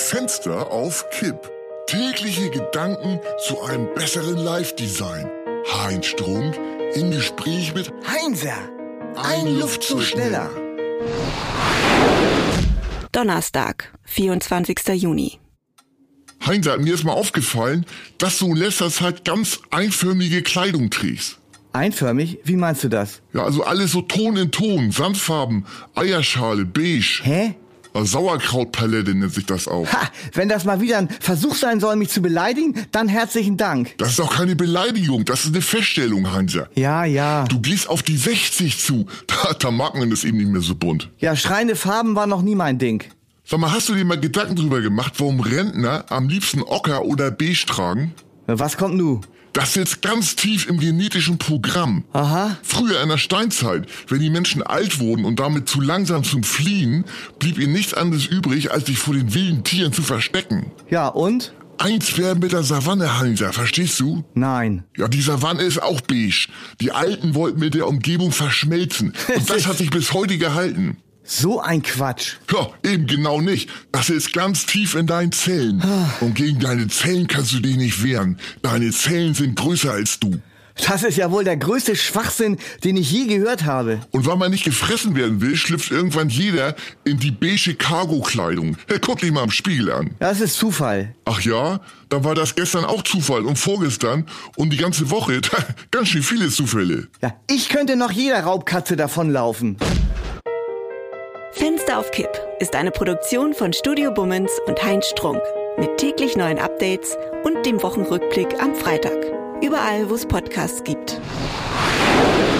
Fenster auf Kipp. Tägliche Gedanken zu einem besseren Live-Design. Heinz Strunk im Gespräch mit Heinzer, ein Luftzug schneller. Donnerstag, 24. Juni. Heinzer, mir ist mal aufgefallen, dass du in letzter Zeit ganz einförmige Kleidung trägst. Einförmig? Wie meinst du das? Ja, also alles so Ton in Ton, Sandfarben, Eierschale, beige. Hä? Sauerkrautpalette nennt sich das auch. Ha, wenn das mal wieder ein Versuch sein soll, mich zu beleidigen, dann herzlichen Dank. Das ist doch keine Beleidigung, das ist eine Feststellung, Heinzer. Ja. Du gehst auf die 60 zu, da mag man das eben nicht mehr so bunt. Ja, schreiende Farben war noch nie mein Ding. Sag mal, hast du dir mal Gedanken drüber gemacht, warum Rentner am liebsten Ocker oder beige tragen? Was kommt nu? Das sitzt ganz tief im genetischen Programm. Aha. Früher in der Steinzeit, wenn die Menschen alt wurden und damit zu langsam zum Fliehen, blieb ihnen nichts anderes übrig, als sich vor den wilden Tieren zu verstecken. Ja, und? Eins werden mit der Savanne, Heinzer, verstehst du? Nein. Ja, die Savanne ist auch beige. Die Alten wollten mit der Umgebung verschmelzen. Und das hat sich bis heute gehalten. So ein Quatsch. Ja, eben genau nicht. Das ist ganz tief in deinen Zellen. Und gegen deine Zellen kannst du dich nicht wehren. Deine Zellen sind größer als du. Das ist ja wohl der größte Schwachsinn, den ich je gehört habe. Und weil man nicht gefressen werden will, schlüpft irgendwann jeder in die beige Cargo-Kleidung. Guck dich mal im Spiegel an. Das ist Zufall. Ach ja? Dann war das gestern auch Zufall und vorgestern und die ganze Woche. Ganz schön viele Zufälle. Ja, ich könnte noch jeder Raubkatze davonlaufen. Fenster auf Kipp ist eine Produktion von Studio Bummens und Heinz Strunk. Mit täglich neuen Updates und dem Wochenrückblick am Freitag. Überall, wo es Podcasts gibt.